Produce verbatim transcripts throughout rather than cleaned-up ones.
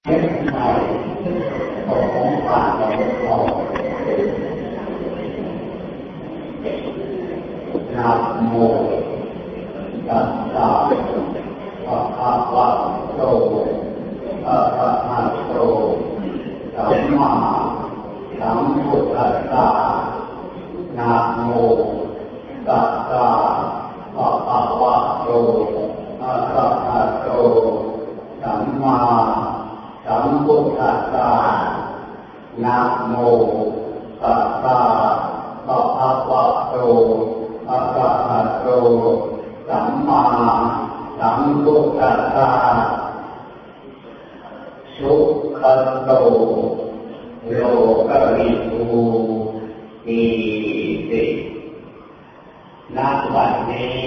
เช่นใดของฝ่าเราออกนะโมตัสสะภะคะวะโตอะระหะโตสัมมาสัมพุทธัสสะนะโมตัสสะภะคะวะโตอะระหะโตสัมมาสัมพุทธัสสะนะโมตัสสะภะคะวะโตอะระหะโตสัมมาสัมพุทธัสสะสุขโตโลกวิทูติติณบัดนี้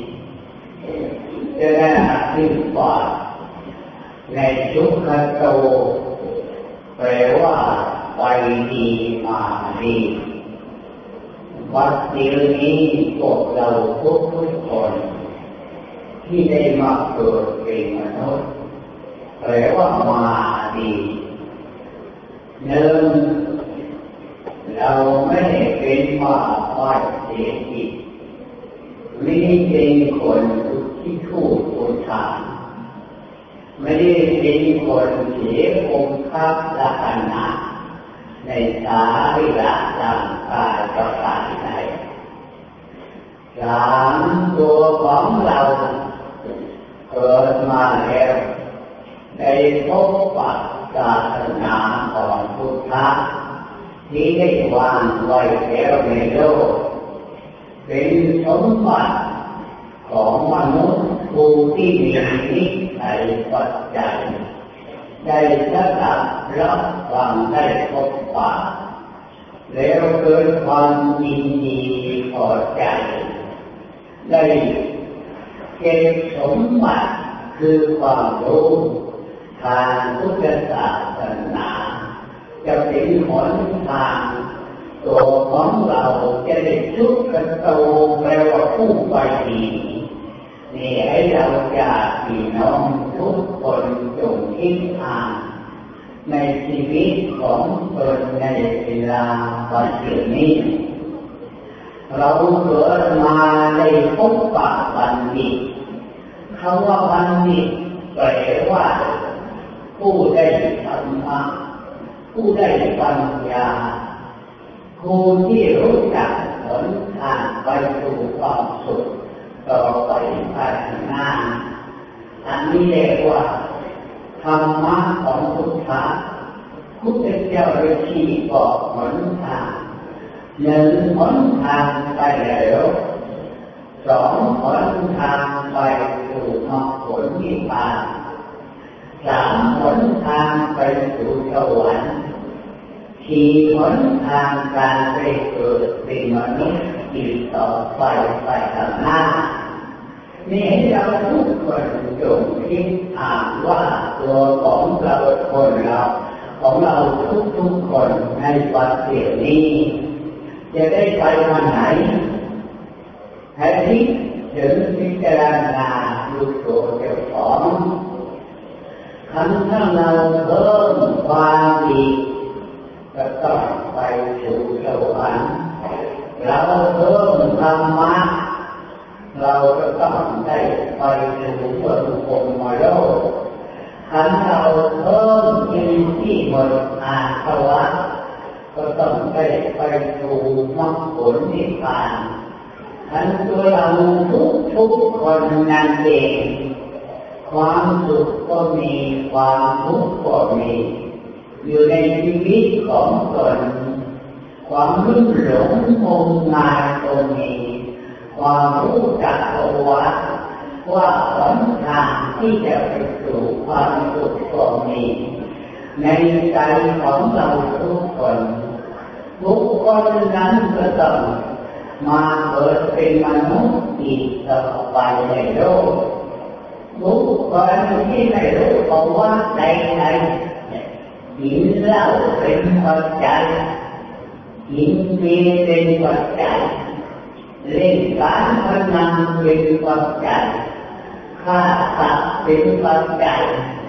จะได้อธิบายในสุขโตแปลว่าไปดีมาดีวัดเดียวนี้พวกเราทุกทุกคนที่ได้มาเกิดเป็นมนุษย์แปลว่ามาดีหนึ่งเราไม่ได้เป็นมาวัดเสียอีกไม่ได้เป็นคนที่ทู่ทูทานไม่ได้เป็นคนเสียองค์คับละขณะในสาวิระร่างกายประการใดสามตัวของเราเกิดมาแล้วได้พบปัจศาสนาของพุทธะที่ได้วางไว้แล้วในโลกเป็นสมบัติของมนุษย์ผู้ที่มีนิสัยปัจจัยได้สดับรับฟังได้พบปะแล้วเกิดความยินดีพอใจได้เก็บสมบัติคือความรู้ทางพุทธศาสนาจะเป็นหนทางตัวของเราจะได้ชุกกันโตแปลว่าผู้ไปดีนี่ให้เราจากพี่น้องทุกคนจงคิดอ่านในชีวิตของตนในเวลาปัจจุบันนี้เราเกิดมาได้พบปะบัณฑิตคำว่าบัณฑิตแปลว่าผู้ได้ธรรมะผู้ได้ปัญญาผู้ที่รู้จักหนทางไปสู่ความสุขต่อไปภายหน้าอันนี้เรียกว่าธรรมะของพุทธะพุทธเจ้าได้ชี้บอกหนทางหนึ่งหนทางไปแล้วสองหนทางไปสู่มรรคผลนิพพานสามหนทางไปสู่สวรรค์สี่หนทางการไปเกิดเป็นมนุษย์อีกต่อไปไปข้างหน้านี่เราทุกคนจงคิดอ่านว่าตัวของเราคนเราของเราทุกทุกคนในปัจจุบันนี้จะได้ไปวันไหนให้คิดถึงพิจารณาดูตัวเจ้าของขันธ์ถ้าเราเพิ่มความดีก็ต้องไปสู่สวรรค์เราเพิ่มธรรมะเราก็ต้องได้ไปสู่บนพรหมโลกขันธ์เราเพิ่มอินทรีย์บนอาสวะก็ต้องได้ไปสู่มรรคผลนิพพานขันธ์ตัวเราทุกทุกคนนั่นเองความสุขก็มีความทุกข์ก็มีอยู่ในชีวิตของตนความรุ่มหลงงมงายก็มีความรู้จักเอาไว้ว่าหนทางที่จะไปสู่ความสุขก็มีในใจของเราทุกคนทุกคนนั้นก็ต้องมาเกิดเป็นมนุษย์อีกต่อไปในโลกทุกคนที่ไม่รู้ประวัติใดๆกินเหล้าเป็นปัจจัยกินเบียร์เป็นปัจจัยเล่นการพนันเป็นปัจจัยฆ่าสัตว์เป็นปัจจัย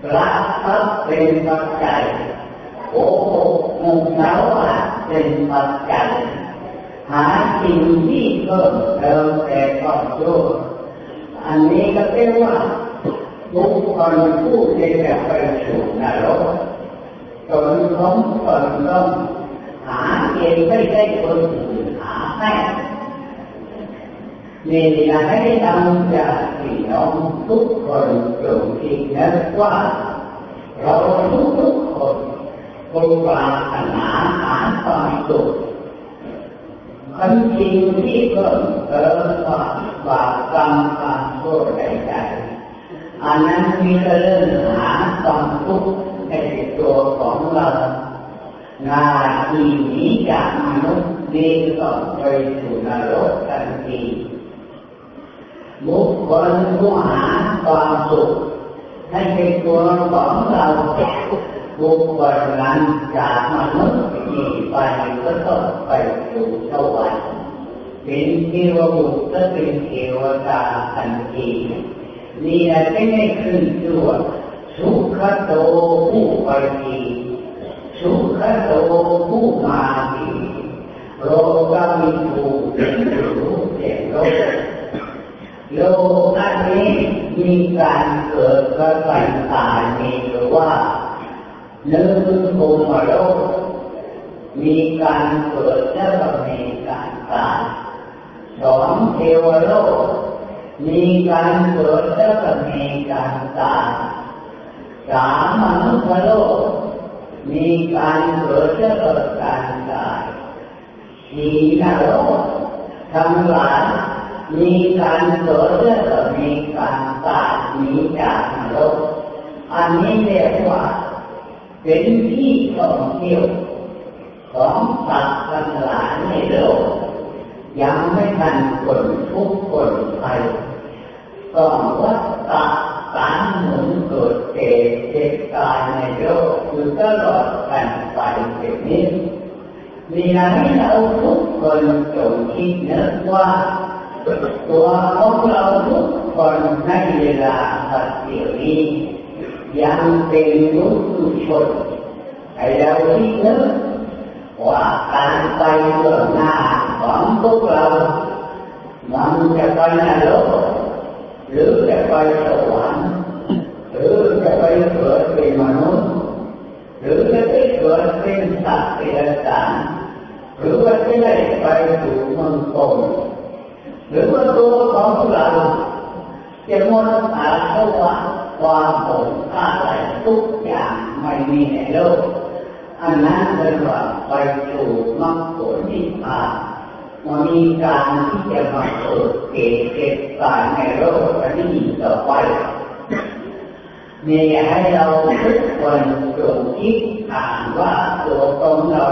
รักทรัพย์เป็นปัจจัยโอ้โหมุขสาวะเป็นปัจจัยหาสิ่งที่เพิ่มเติมแต่ความชั่วอันนี้ก็เรียกว่าบุคคลผู้ที่จะไปสู่นรกตนของตนต้องหาเองไม่ได้คนอื่นหาให้นี่อยากให้ทำจากพี่น้องทุกคนจงคิดนะว่าเราทุกๆคนคงปรารถนาหาความสุขอันจริงที่เพิ่มเติมความบาปกรรมความชั่วใดๆอันนั้นมีแต่เรื่องหาความทุกข์ในตัวของเราหน้าที่นี้จากมนุษย์นี้ต้องไปสู่นรกทันทีบุคคลผู้หาความสุขให้เป็นตัวของเราบุคคลนั้นจากมนุษย์นี้ไปก็ต้องไปสู่สวรรค์เป็นเทวบุตรก็เป็นเทวดาทันทีนี่แหละที่ไม่ขึ้นชื่อว่าสุขโตผู้ไปดีสุขโตผู้มาดีโลกามิภูเป็นรู้แจ้งโลกโลกอันนี้มีการเกิดกับตายมีหรือว่าหนึ่งภูมิโลกมีการเกิดแล้วก็มีการตายสองเทวโลกมีการเกิดแล้วก็มีการตายสามมนุษย์โลกมีการเกิดแล้วก็การตายสี่นรกทั้งหลายมีการเกิดแล้วก็มีการตายหนีจากนรกอันนี้เรียกว่าเป็นที่ท่องเที่ยวของสัตว์ทั้งหลายในโลกยังไม่ทันคนทุกคนไปต้องวัฏฏะการหมุนเกิดเกิดเจ็บตายในโลกอยู่ตลอดกันไปแบบนี้มีอะไรเราทุกคนจงคิดนึกว่าตัวของเราทุกคนในเวลาปัจจุบันนี้ยังเป็นมนุษย์ชนให้เราคิดนึกว่าการไปเบื้องหน้าของพวกเรามันจะไปนรกหรือจะไปสวรรค์หรือจะไปเกิดเป็นมนุษย์หรือจะไปเกิดเป็นสัตว์เป็นสัตว์หรือว่าจะได้ไปสู่เมืองตนหรือว่าตัวของเราจะมรณะเพราะว่าความโหดร้ายทุกอย่างไม่มีในโลกอันนั้นเป็นว่าไปสู่มรรคผลนิพพานมันมีการที่จะมาเกิดเกิดเกิดตายในโลกนี้ต่อไปนี่ให้เราทุกคนจงคิดอ่านว่าตัวตนเรา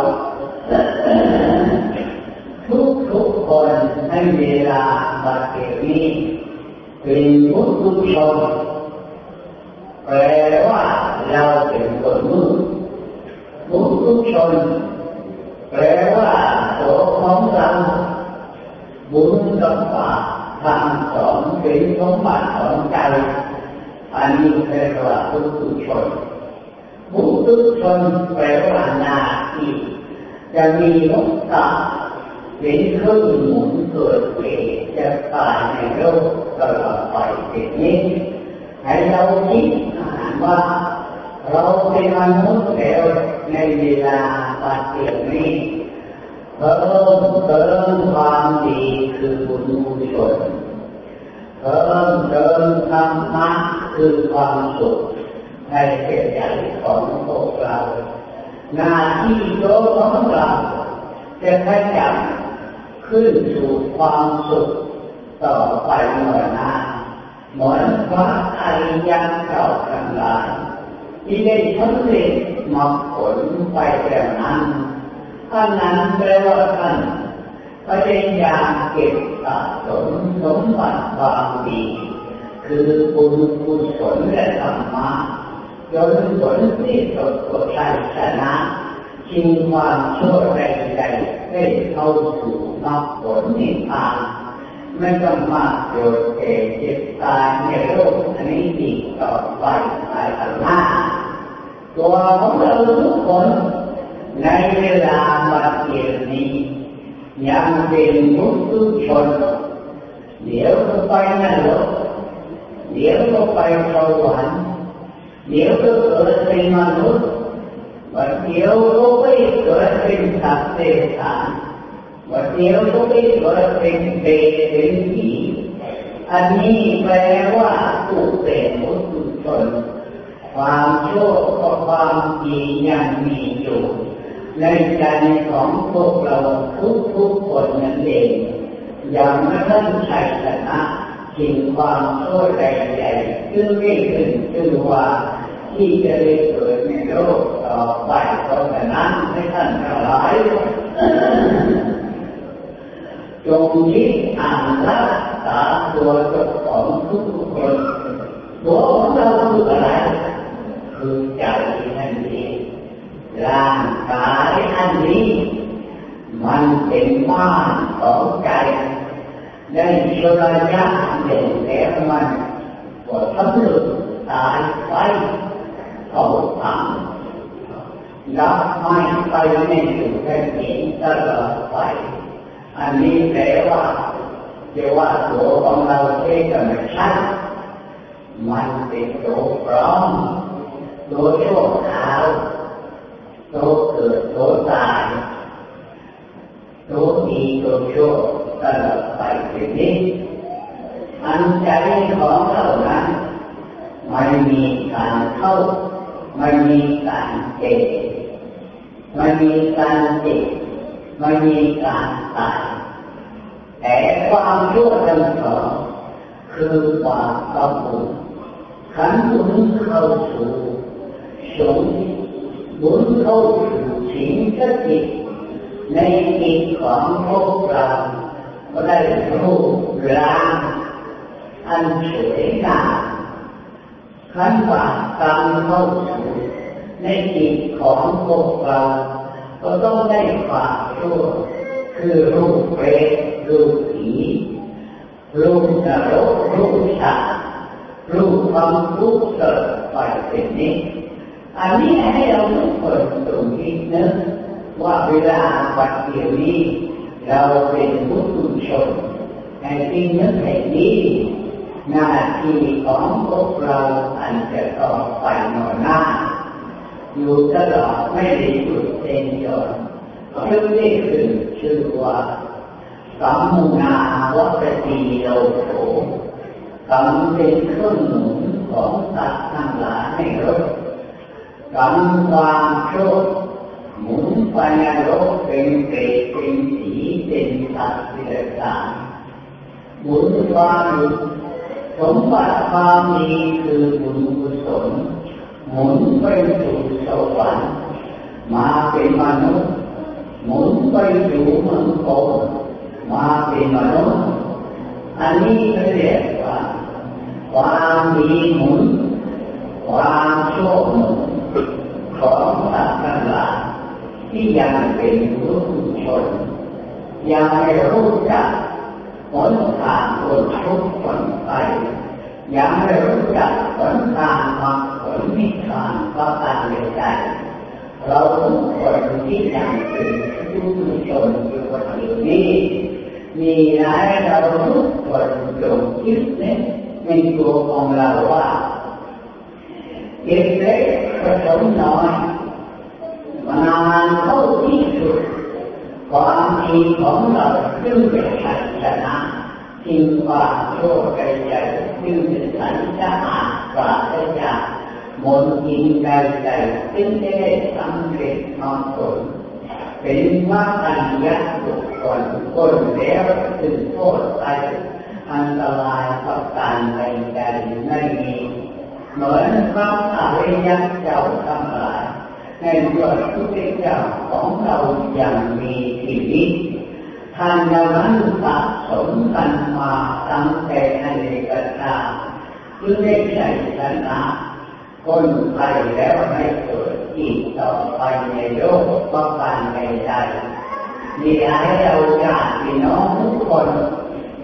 ทุกทุกคนในเวลาบัดนี้เป็นมุตุชนแปลว่าเราเป็นคนมุตุมุตุชนแปลว่าตัวของเราบุญกับบาปทั้งสองเป็นสมบัติของใจอันนี้เรียกว่ามุตุชนมุตุชนแปลว่าหน้าที่จะมีมุตตะเป็นเครื่องหมุนเกิดเกิดจะตายในโลกตลอดไปแบบนี้ให้เราคิดอ่านว่าเราเป็นมนุษย์แล้วในเวลาปัจจุบันนี้เพิ่มเติมความดีคือบุญกุศลเพิ่มเติมธรรมะคือความสุขให้แก่ใจของพวกเราหน้าที่ตัวของเราจะขยับขึ้นสู่ความสุขต่อไปเมื่อหน้าเหมือนพระอริยเจ้าทั้งหลายที่ได้สำเร็จมรรคผลไปแล้วนั้นท่านนั้นแปลว่าท่านพยายามเก็บสะสมสมบัติความดีคือบุญกุศลและธรรมะจนผลที่สุดก็ชัยชนะชิงความชั่วใดๆได้เข้าสู่มรรคผลนิพพานไม่ต้องมาโกรธเกลียดเจ็บตายในโลกอันนี้อีกต่อไปหลายพันห้าตัวของเราทุกคนในเวลาบัดนี้ยังเป็นมุตุชนเดี๋ยวก็ไปนรกเดี๋ยวก็ไปสวรรค์เดี๋ยวก็เกิดเป็นมนุษย์วันเดียวก็ไปเกิดเป็นสัตว์เดรัจฉานวันเดียวก็ไปเกิดเป็นเปรตเป็นผีอันนี้แปลว่าผู้เป็นมุตุชนความชั่วกับความดียังมีอยู่ในใจของพวกเราทุกๆคนนั่นเองยังไม่ทันชัยชนะสิ่งความชั่วใดๆซึ่งไม่ขึ้นชื่อว่าที่จะได้เกิดในโลกต่อไปเพราะฉะนั้นให้ท่านทั้งหลายจงคิดอ่านรักษาตัวเจ้าของทุกคนตัวของเราคืออะไรคือใจนั่นเองร่างกายอันนี้มันเป็นบ้านของใจได้ชราญาเด่นแล้วมันก็ทำลุตายไปเขาฝังรับไม่ไปในสุขแผ่นดินตลอดไปอันนี้แปลว่าจะว่าตัวของเราเองก็ไม่ใช่มันเป็นตัวปลอมตัวชั่วคราวตัวเกิดตัวตายตัวดีตัวชั่วตลอดไปเป็นนี้อันใจของเรานั้นไม่มีการเข้าไม่มีการเจ็บไม่มีการเจ็บไม่มีการตายแต่ความชั่วทั้งสองคือความกำบุญขันบุญเข้าสู่สูงบุญเข้าสู่สิ่งสถิตในจิตของพวกเราก็ได้รูปร่างอันสวยงามขันว่ากรรมเข้าสู่ในจิตของพวกเราก็ต้องได้ความชั่วคือรูปเปรตรูปผีรูปนรกรูปสัตว์รูปความทุกข์เกิดไปเป็นนี้อันนี้ให้เราทุกคนตรงนี้นึกว่าเวลาปัจจุบันนี้เราเป็นผู้ทุชนในที่นึกให้ดีหน้าที่ของพวกเราอันจะต่อไปหน่อหน้าอยู่ตลอดไม่ได้หยุดเต็มจนซึ่งนี่คือชื่อว่าสัมมุนาวัตติโลโภกรรมเป็นเครื่องหนุนของสัตว์ทั้งหลายในโลกกรรมความชั่วหมุนไปในโลกเป็นเปรตเป็นผีเป็นสัตว์เดรัจฉานหมุนความสมบัติความดีคือบุญกุศลหมุนไปสู่สวรรค์มาเป็นมนุษย์หมุนไปสู่เมืองโกมาเป็นมนุษย์อันนี้เรียกว่าความดีหมุนความชั่วหมุนของสัตว์ทั้งหลายที่ยังเป็นผู้ชนยังไม่รู้จักหนทางคนทุกข์คนไปยังไม่รู้จักหนทางมรรคผลนิพพานก็ตามในใจเราทุกคนที่ยังเป็นผู้ชนอยู่บนโลกนี้มีหลายเราทุกคนจงคิดในตัวของเราว่าเด็กเล็กผสมน้อยมานานเข้าที่สุดความดีของเราซึ่งเป็นชัยชนะทิ้งความชั่วใจใจซึ่งเป็นสัญญาอาปราศจากมนทินใจใจซึ่งได้สำเร็จมรรคผลเป็นว่าอัญญบุคคลคนแล้วถึงโทษไปอันตรายกับการใดๆไม่มีเหมือนพระอริยเจ้าทั้งหลายในพระพุทธเจ้าของเราอย่างมีชีวิตท่านนั้นสะสมกันมาตั้งแต่อดีตชาติคือได้ใช้ชนะคนไปแล้วไม่เกิดอีกต่อไปในโลกประการใดๆมีให้เราญาติพี่น้องทุกคน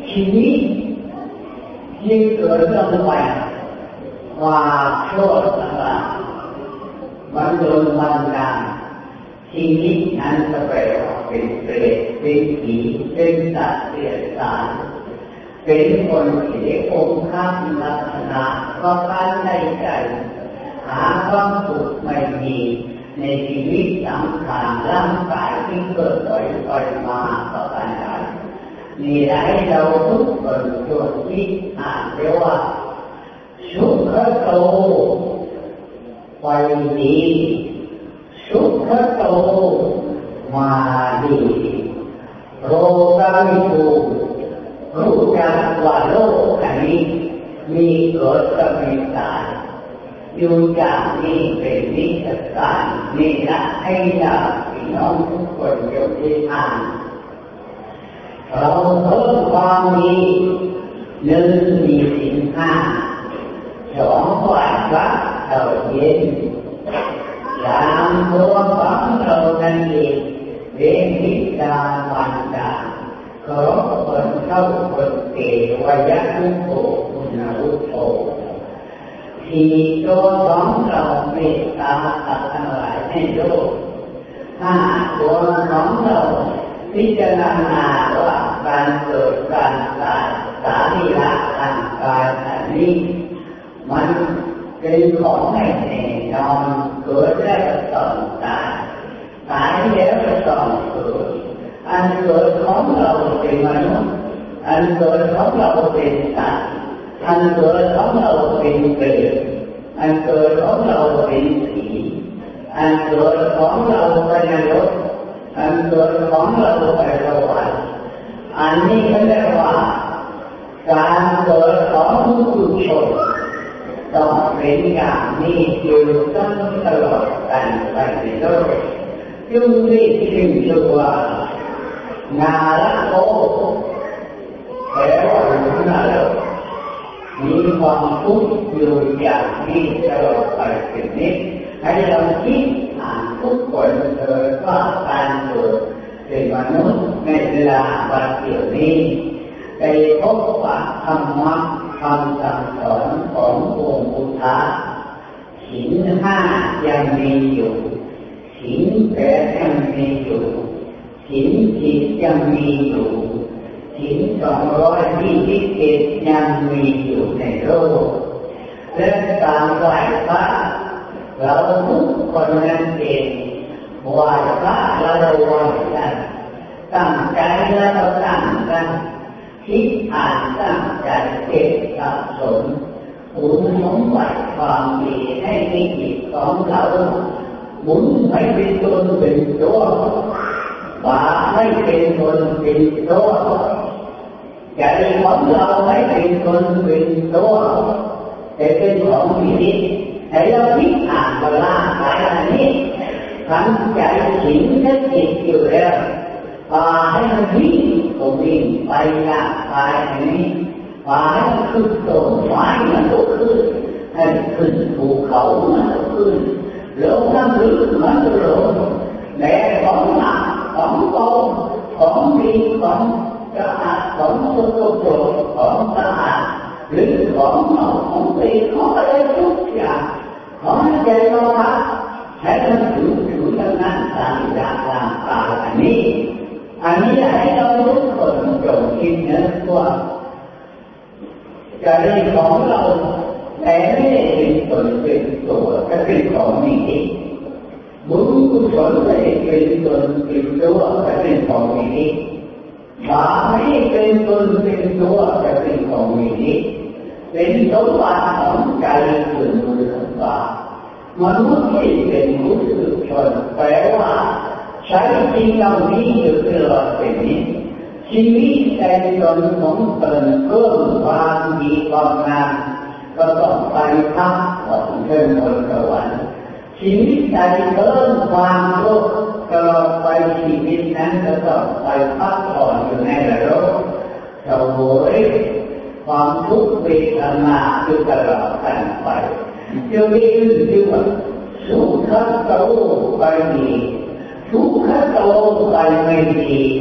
ชีวิตที่เกิดลงไปว่าโทษต่างๆมันโดนมันดาชีวิตนั้นจะแปลว่าเป็นเปรตเป็นผีเป็นสัตว์เดรัจฉานเป็นคนที่ได้องค์ข้ามลักษณะก็การในใจหาความสุขไม่มีในชีวิตสังขารร่างกายที่เกิดไปไปมาต่อกันได้มีให้เราทุกคนจดคิดอ่านเรียกว่าสุขโตไปดีสุขโตมาดีโรคาวิภูรู้จักว่าโลกอันนี้มีเกิดกับมีตายอยู่อย่างนี้เป็นนิสัยการนี่นะให้เราพี่น้องทุกคนยกที่อ่านเราเพิ่มความดีหนึ่งมีสินห้าสองไหว้พระเราเย็นสามตัวฝังเรานั่นเองเรียนวิชาวันดาเคารพคนเฒ่าคนแก่วัยรุ่นโตคุณวุฒิโตสี่ตัวของเราเมตตาสัตว์ทั้งหลายในโลกห้าตัวของเราพิจารณาว่าการเกิดการตายสารีระร่างกายอันนี้มันเป็นของไม่แน่นอนเกิดแล้วก็ต้องตายตายแล้วก็ต้องเกิดอันเกิดของเราเป็นมนุษย์อันเกิดของเราเป็นสัตว์อันเกิดของเราเป็นเปรตอันเกิดของเราเป็นผีอันเกิดของเราเป็นนรกอันเกิดของเราเป็นสวรรค์อันนี้เขาเรียกว่าการเกิดของผู้ชนต้องเป็นอย่างนี้อยู่ตั้งตลอดกันไปในโลกจึงเรียกชื่อว่านาละโกแปลว่าหลุมนรกมีความทุกข์อยู่อย่างนี้ตลอดไปเป็นนิจให้เราคิดอ่านทุกคนเถิดว่าการเกิดเป็นมนุษย์ในเวลาปัจจุบันนี้ได้พบว่าธรรมะคำสั่งสอนขององค์พุทธะศีลห้ายังมีอยู่ศีลแปดยังมีอยู่ศีลสิบยังมีอยู่ศีลสองร้อยยี่สิบเอ็ดยังมีอยู่ในโลกและการไหว้พระเราทุกคนนั้นเองไหว้พระเราไหว้กันตั้งใจแล้วเราตั้งกันคิดอ่านตั้งใจเก็บสะสมบุญสมบัติความดีให้ในจิตของเราบุญไม่เป็นตนเป็นตัวบาปไม่เป็นตนเป็นตัวใจของเราไม่เป็นตนเป็นตัวแต่เป็นของมีนิดให้เราคิดอ่านว่าร่างกายอันนี้ทั้งใจสิงและจิตอยู่แล้วพาให้มันวิ่งก็วิ่งไปร่างกายอันนี้พาให้มันขึ้นต้นไม้มันก็ขึ้นให้ขึ้นภูเขามันก็ขึ้นลงน้ำลึกมันก็ลงแม่ของหนักของโตของดีของสะอาดของสกปรกของสะอาดหรือของเมาของตีของอะไรทุกอย่างของใจเราทักใช้มันถือถือทั้งนั้นตามอย่างร่างกายอันนี้อันนี้ให้เราทุกคนจงคิดนะว่าใจของเราแต่ไม่ได้เป็นตนเป็นตัวก็เป็นของมีเองบุญกุศลไม่ได้เป็นตนเป็นตัวก็เป็นของมีเองบาปไม่ได้เป็นตนเป็นตัวก็เป็นของมีเองเป็นสมบัติของใจส่วนบุญสมบัติมนุษย์ที่เป็นผู้สืบชนแปลว่าใช้สิ่งเหล่านี้อยู่ตลอดเป็นนิจชีวิตใจตนของตนเพิ่มความดีความงามก็ต้องไปพักผ่อนเชิญบนสวรรค์ชีวิตใจเพิ่มความโลภตลอดไปชีวิตนั้นก็ต้องไปพักผ่อนอยู่ในนรกเฉยความทุกข์เวทนาอยู่ตลอดกันไปจะมีชื่อว่าสุขโตไปดีทุกขโตไปไม่ดี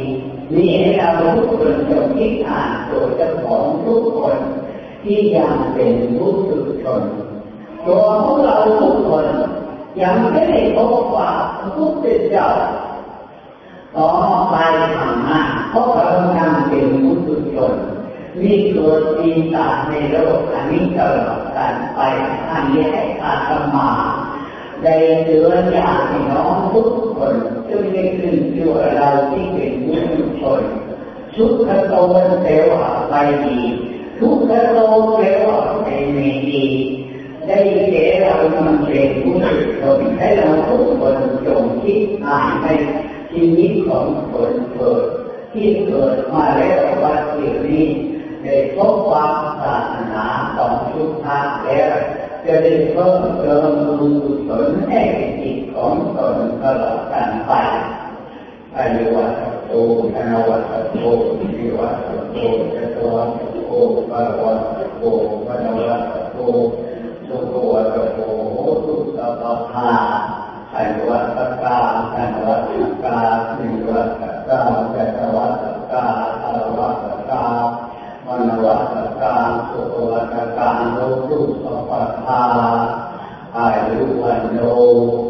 นี่ให้เราทุกคนจงคิดอ่านตัวเจ้าของทุกคนที่ยังเป็นผู้สุชนตัวของเราทุกคนยังไม่ได้พบว่าพระพุทธเจ้าต่อไปข้างหน้าเพราะเรายังเป็นผู้สุชนมีเกิดมีตายในโลกอันนี้ตลอดการไปอันนี้ให้อาตมาได้เตือนญาติน้องทุกคนจึงได้ขึ้นชื่อเราที่เป็นผู้สุชนสุขโตเทวะไปดีทุกขโตเทวะไปไม่ดีได้เจเรามันเป็นผู้สุชนให้เราทุกคนจงคิดอ่านในชีวิตของคนเกิดที่เกิดมาแล้ววันนี้ได้พบความศาสนาของทุกท่านแล้วจะได้เพิ่มเติมบุญกุศลให้จิตของตนตลอดกันไปอายุวัตโตธนวัตโตวิวัตโตจตวัตโตปะวัตโตวะนวัตโตสุขวัตโตโหตุสัพพะอายุวัตกาธนวัตกาวิวัตกาจตวัตกาอรวัตกามนวัตกาสุขวัตกาโหตุสัพพะอายุวันโน